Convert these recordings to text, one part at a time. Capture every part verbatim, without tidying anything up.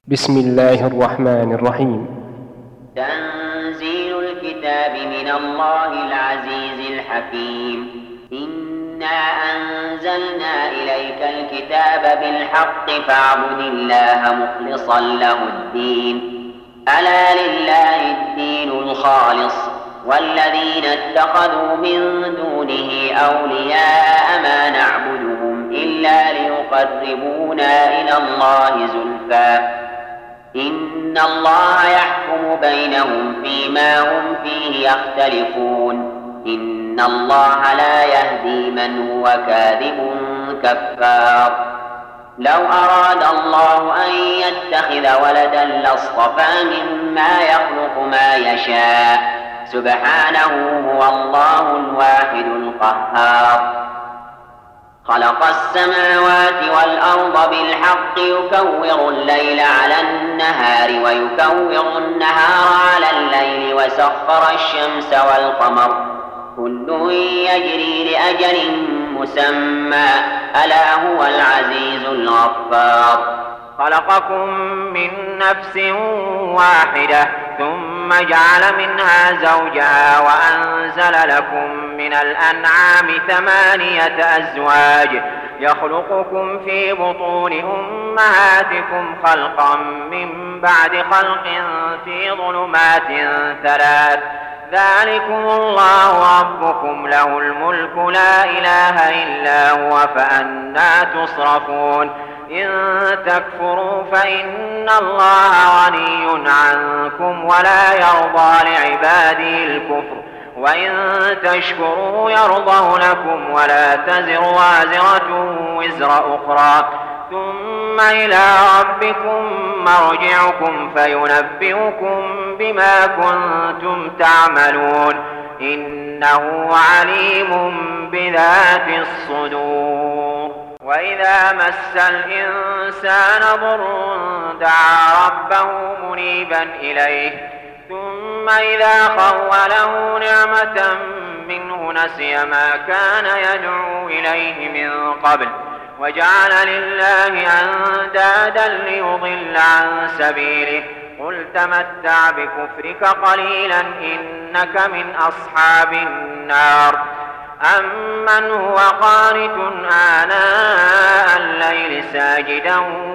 بسم الله الرحمن الرحيم. تنزيل الكتاب من الله العزيز الحكيم. إنا أنزلنا إليك الكتاب بالحق فاعبد الله مخلصا له الدين. ألا لله الدين الخالص والذين اتخذوا من دونه أولياء ما نعبدهم إلا ليقربونا إلى الله زلفى إن الله يحكم بينهم فيما هم فيه يختلفون. إن الله لا يهدي من هو كاذب كفار. لو أراد الله أن يتخذ ولدا لاصطفى مما يخلق ما يشاء سبحانه هو الله الواحد القهار. خلق السماوات والأرض بالحق يكور الليل على النهار ويكور النهار على الليل وسخر الشمس والقمر كل يجري لأجل مسمى ألا هو العزيز الغفار. خلقكم من نفس واحدة ثم جعل منها زوجها وأنزل لكم من الأنعام ثمانية أزواج يخلقكم في بطون أمهاتكم خلقا من بعد خلق في ظلمات ثلاث ذلكم الله ربكم له الملك لا إله إلا هو فأنى تصرفون. إن تكفروا فإن الله غني عنكم ولا يرضى لعباده الكفر وإن تشكروا يرضه لكم ولا تزر وازرة وزر أخرى ثم إلى ربكم مرجعكم فينبئكم بما كنتم تعملون إنه عليم بذات الصدور. وإذا مس الإنسان ضر دعا ربه منيبا إليه ثم إذا خوله نعمة منه نسي ما كان يدعو إليه من قبل وجعل لله أندادا ليضل عن سبيله قل تمتع بكفرك قليلا إنك من أصحاب النار. أمن هو قانت آناء الليل ساجدا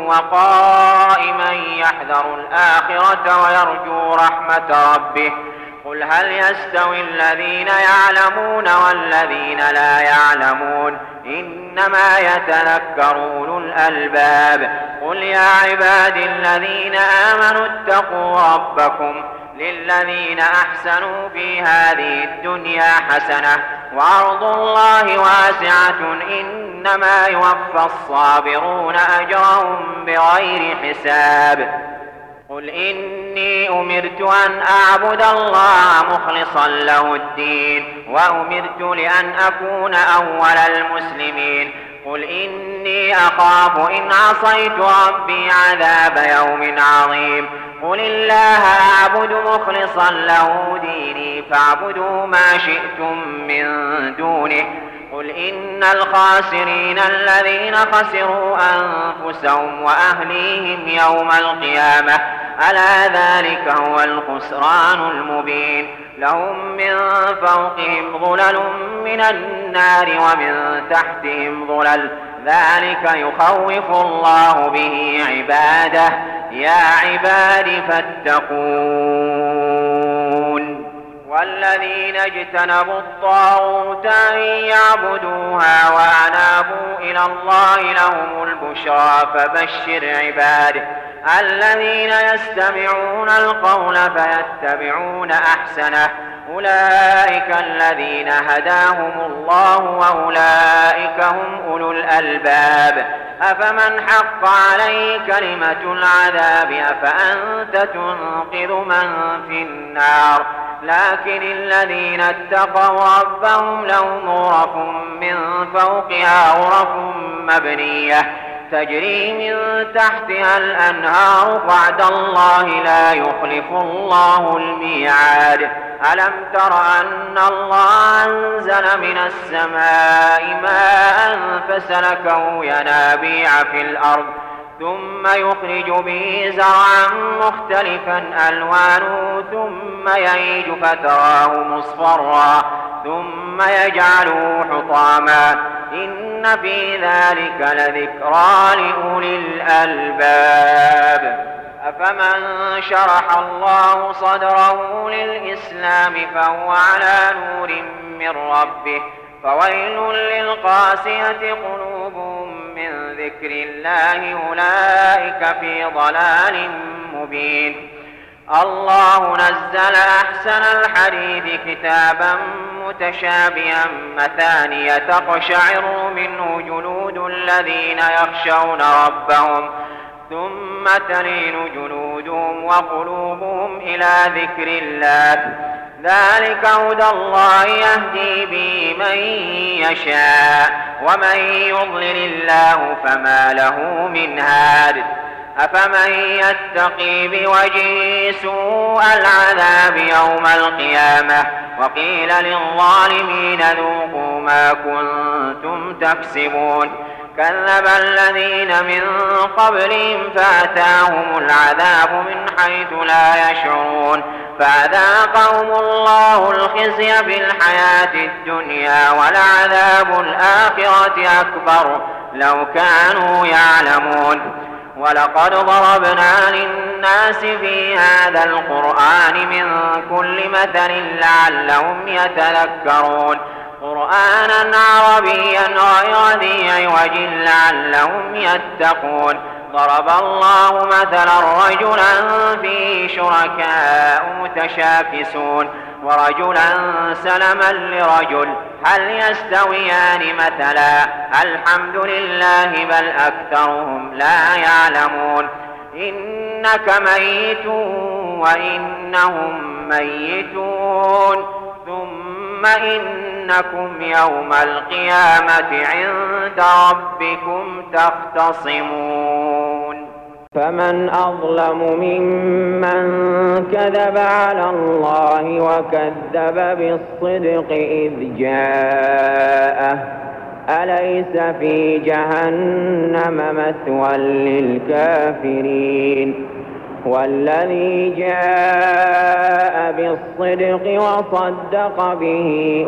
وقائما يحذر الآخرة ويرجو رحمة ربه قل هل يستوي الذين يعلمون والذين لا يعلمون إنما يتذكر أولو الألباب. قل يا عبادي الذين آمنوا اتقوا ربكم للذين أحسنوا في هذه الدنيا حسنة وأرض الله واسعة إنما يوفى الصابرون أجرهم بغير حساب. قل إني أمرت أن أعبد الله مخلصا له الدين وأمرت لأن أكون أول المسلمين. قل إني أخاف إن عصيت ربي عذاب يوم عظيم. قل الله أعبد مخلصا له ديني فاعبدوا ما شئتم من دونه. قل إن الخاسرين الذين خسروا أنفسهم وأهليهم يوم القيامة ألا ذلك هو الخسران المبين. لهم من فوقهم ظلل من النار ومن تحتهم ظلل ذلك يخوف الله به عباده يا عباد فاتقون. والذين اجتنبوا الطاغوت أن يعبدوها وأنابوا إلى الله لهم البشرى فبشر عباده الذين يستمعون القول فيتبعون أحسنه أولئك الذين هداهم الله وأولئك هم أولو الألباب. أفمن حق عليه كلمة العذاب أفأنت تنقذ من في النار. لكن الذين اتقوا ربهم لهم غرف من فوقها غرف مبنية تجري من تحتها الأنهار وعد الله لا يخلف الله الميعاد. ألم تر أن الله أنزل من السماء ماء فسلكه ينابيع في الأرض ثم يخرج به زرعا مختلفا ألوانه ثم يهيج فتراه مصفرا ثم يجعله حطاما إن في ذلك لذكرى لأولي الألباب. أفمن شرح الله صدره للإسلام فهو على نور من ربه فويل للقاسية قلوبهم من ذكر الله أولئك في ضلال مبين. الله نزل أحسن الحديث كتابا متشابها مثانية تقشعر منه جلود الذين يخشون ربهم ثم تلين جلودهم وقلوبهم إلى ذكر الله ذلك هدى الله يهدي به من يشاء ومن يضلل الله فما له من هاد. أفمن يتقي بوجهه سوء العذاب يوم القيامة وقيل للظالمين ذوقوا ما كنتم تكسبون كذب الذين من قبلهم فأتاهم العذاب من حيث لا يشعرون فأذاقهم الله الخزي في الحياة الدنيا ولعذاب الآخرة أكبر لو كانوا يعلمون. ولقد ضربنا للناس في هذا القرآن من كل مثل لعلهم يتذكرون قرآنا عربيا غير ذي عوج لعلهم يتقون. ضرب الله مثلا رجلا فيه شركاء متشاكسون ورجلا سلما لرجل هل يستويان مثلا الحمد لله بل أكثرهم لا يعلمون. إنك ميت وإنهم ميتون ثم إنكم يوم القيامة عند ربكم تختصمون. فمن أظلم ممن كذب على الله وكذب بالصدق إذ جاءه أليس في جهنم مثوى للكافرين والذي جاء بالصدق وصدق به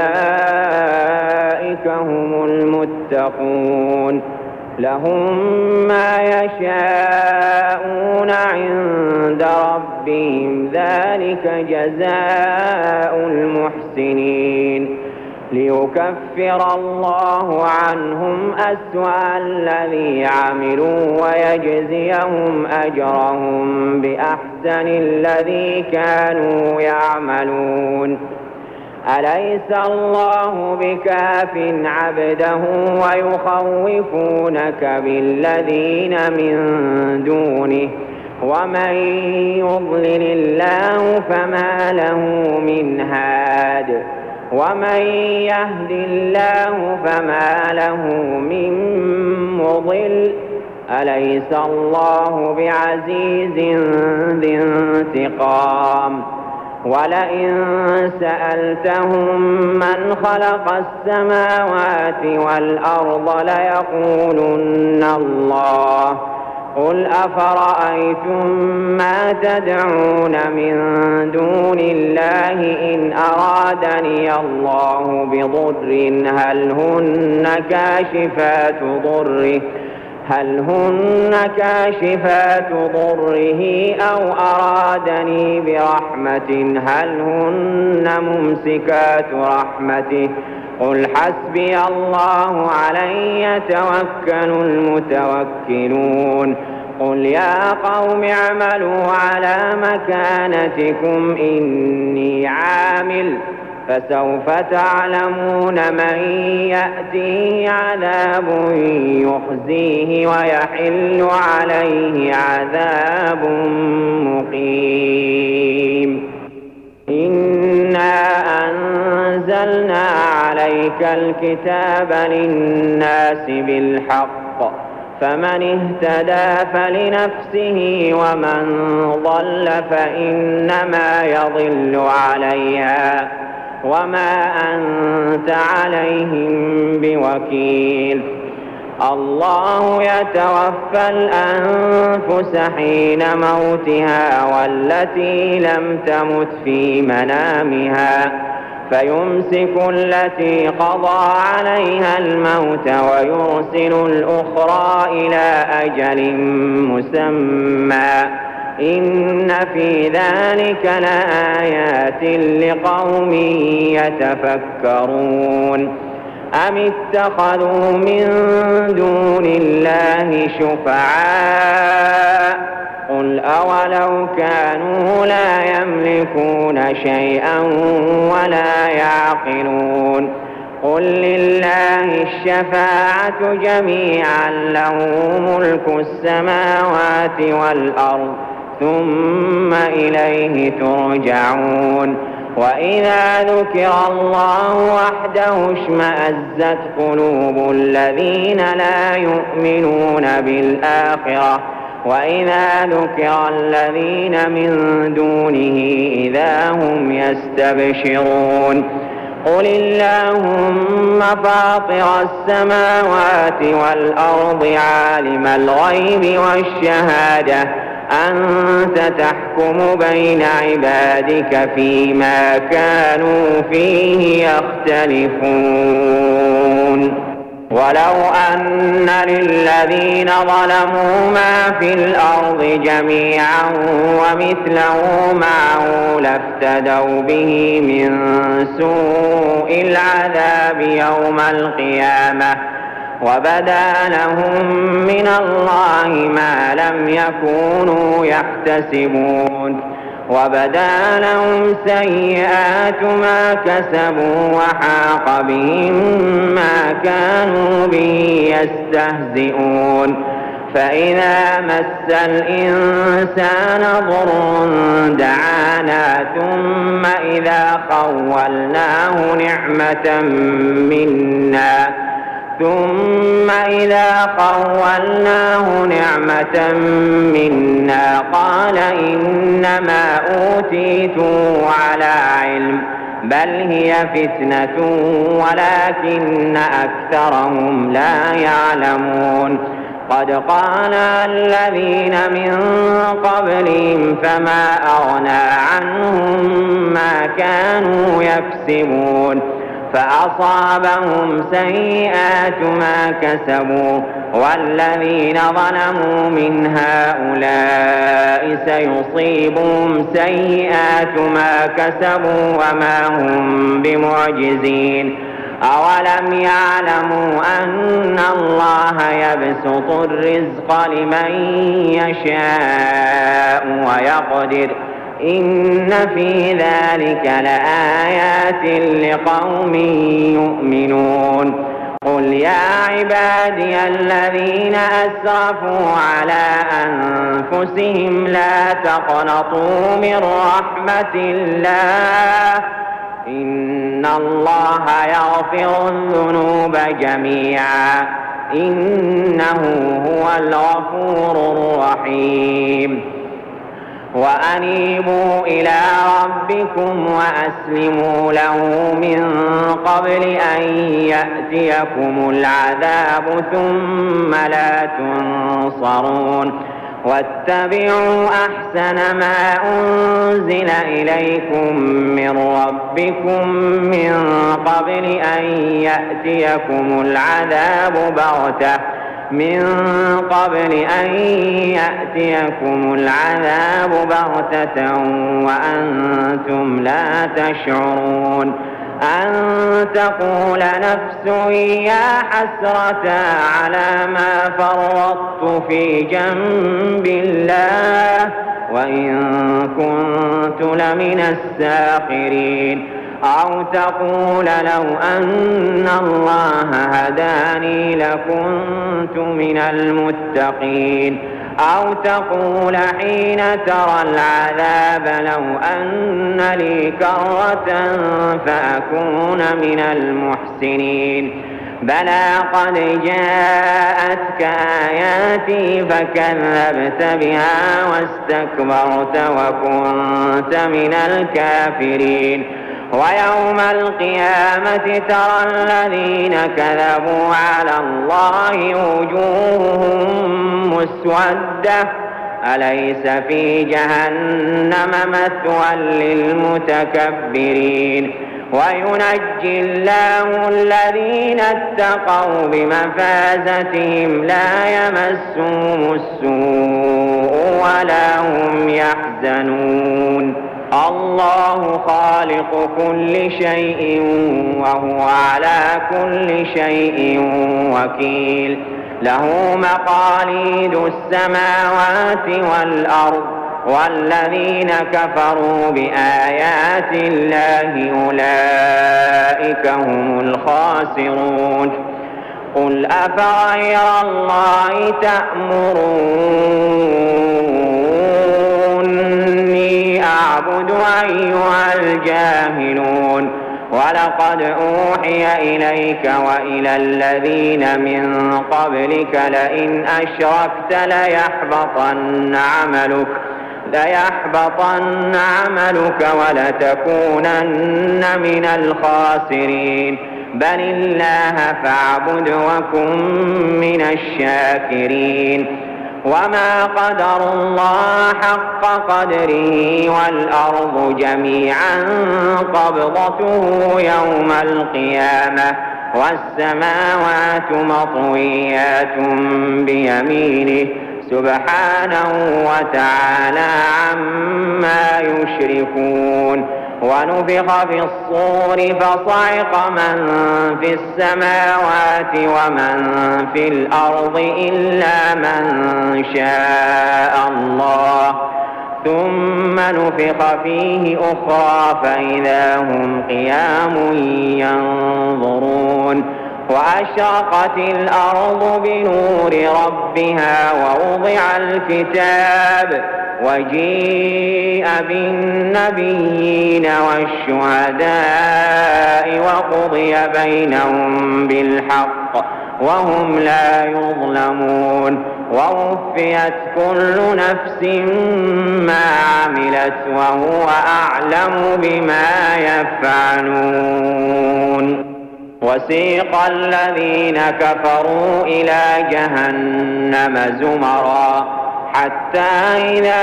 أولئك هم المتقون لهم ما يشاءون عند ربهم ذلك جزاء المحسنين ليكفر الله عنهم أسوأ الذي عملوا ويجزيهم أجرهم بأحسن الذي كانوا يعملون. أليس الله بكاف عبده ويخوفونك بالذين من دونه ومن يضلل الله فما له من هاد ومن يهد الله فما له من مضل. أليس الله بعزيز ذي انتقام. ولئن سألتهم من خلق السماوات والأرض ليقولن الله قل أفرأيتم ما تدعون من دون الله إن أرادني الله بضر هل هن كاشفات ضره هل هن كاشفات ضره أو أرادني برحمة هل هن ممسكات رحمته قل حسبي الله عليه يتوكل المتوكلون. قل يا قوم اعملوا على مكانتكم إني عامل فسوف تعلمون من يأتيه عذاب يخزيه ويحل عليه عذاب مقيم. إنا أنزلنا عليك الكتاب للناس بالحق فمن اهتدى فلنفسه ومن ضل فإنما يضل عليها وما أنت عليهم بوكيل. الله يتوفى الأنفس حين موتها والتي لم تمت في منامها فيمسك التي قضى عليها الموت ويرسل الأخرى إلى أجل مسمى إن في ذلك لآيات لقوم يتفكرون أم اتخذوا من دون الله شفعاء قل أولو كانوا لا يملكون شيئا ولا يعقلون قل لله الشفاعة جميعا له ملك السماوات والأرض ثم إليه ترجعون وإذا ذكر الله وحده اشمأزت قلوب الذين لا يؤمنون بالآخرة وإذا ذكر الذين من دونه إذا هم يستبشرون قل اللهم فاطر السماوات والأرض عالم الغيب والشهادة أنت تحكم بين عبادك فيما كانوا فيه يختلفون ولو أن للذين ظلموا ما في الأرض جميعا ومثله معه لافتدوا به من سوء العذاب يوم القيامة وبدا لهم من الله ما لم يكونوا يحتسبون وبدا لهم سيئات ما كسبوا وحاق بهم ما كانوا به يستهزئون فإذا مس الإنسان ضر دعانا ثم إذا خولناه نعمة منا ثم إذا خولناه نعمة منا قال إنما أوتيته على علم بل هي فتنة ولكن أكثرهم لا يعلمون قد قال الذين من قبلهم فما أغنى عنهم ما كانوا يكسبون فأصابهم سيئات ما كسبوا والذين ظلموا من هؤلاء سيصيبهم سيئات ما كسبوا وما هم بمعجزين أولم يعلموا أن الله يبسط الرزق لمن يشاء ويقدر إن في ذلك لآيات لقوم يؤمنون قل يا عبادي الذين أسرفوا على أنفسهم لا تقنطوا من رحمة الله إن الله يغفر الذنوب جميعا إنه هو الغفور الرحيم وأنيبوا إلى ربكم وأسلموا له من قبل أن يأتيكم العذاب ثم لا تنصرون واتبعوا أحسن ما أنزل إليكم من ربكم من قبل أن يأتيكم العذاب بغتة من قبل أن يأتيكم العذاب بغتة وأنتم لا تشعرون أن تقول نفس يا حسرة على ما فرطت في جنب الله وإن كنت لمن الساخرين أو تقول لو أن الله هداني لكنت من المتقين أو تقول حين ترى العذاب لو أن لي كرة فأكون من المحسنين بلى قد جاءتك آياتي فكذبت بها واستكبرت وكنت من الكافرين ويوم القيامة ترى الذين كذبوا على الله وجوههم مسودة أليس في جهنم مثوى للمتكبرين وينجي الله الذين اتقوا بمفازتهم لا يمسهم السوء ولا هم يحزنون الله خالق كل شيء وهو على كل شيء وكيل له مقاليد السماوات والأرض والذين كفروا بآيات الله أولئك هم الخاسرون قل أفغير الله تأمروني أعبد أيها الجاهلون ولقد أوحي إليك وإلى الذين من قبلك لئن أشركت ليحبطن عملك ليحبطن عملك ولتكونن من الخاسرين بل الله فاعبد وكن من الشاكرين وما قدروا الله حق قدره والأرض جميعا قبضته يوم القيامة والسماوات مطويات بيمينه سبحانه وتعالى عما يشركون ونفخ في الصور فصعق من في السماوات ومن في الأرض إلا من شاء الله ثم نفخ فيه أخرى فإذا هم قيام ينظرون وأشرقت الأرض بنور ربها ووضع الكتاب وجيء بالنبيين والشهداء وقضي بينهم بالحق وهم لا يظلمون ووفيت كل نفس ما عملت وهو أعلم بما يفعلون وسيق الذين كفروا إلى جهنم زمرا حتى إذا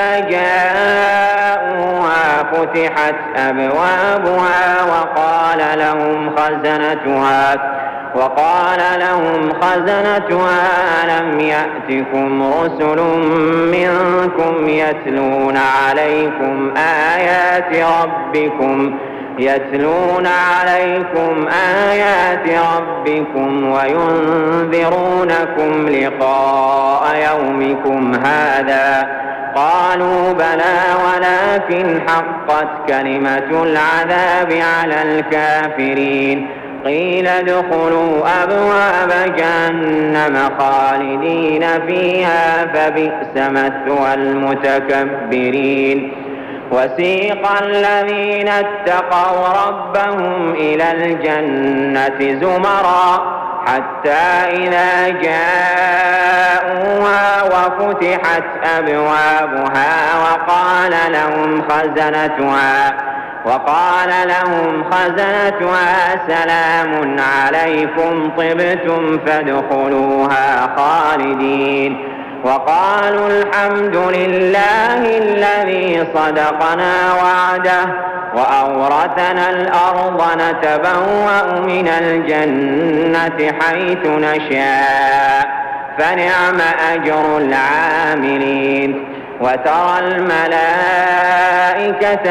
جاءوها فتحت أبوابها وقال لهم خزنتها وقال لهم خزنتها ألم يأتكم رسل منكم يتلون عليكم آيات ربكم يتلون عليكم آيات ربكم وينذرونكم لقاء يومكم هذا قالوا بلى ولكن حقت كلمة العذاب على الكافرين قيل ادخلوا أبواب جهنم خالدين فيها فبئس مثوى المتكبرين وسيق الذين اتقوا ربهم إلى الجنة زمرا حتى إذا جاءوها وفتحت أبوابها وقال لهم خزنتها وقال لهم خزنتها سلام عليكم طبتم فادخلوها خالدين وقالوا الحمد لله الذي صدقنا وعده وأورثنا الأرض نتبوأ من الجنة حيث نشاء فنعم أجر العاملين وترى الملائكة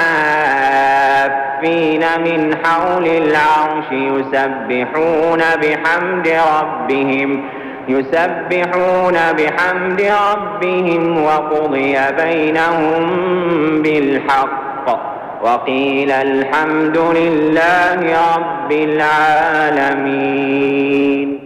حافين من حول العرش يسبحون بحمد ربهم يسبحون بحمد ربهم وقضي بينهم بالحق وقيل الحمد لله رب العالمين.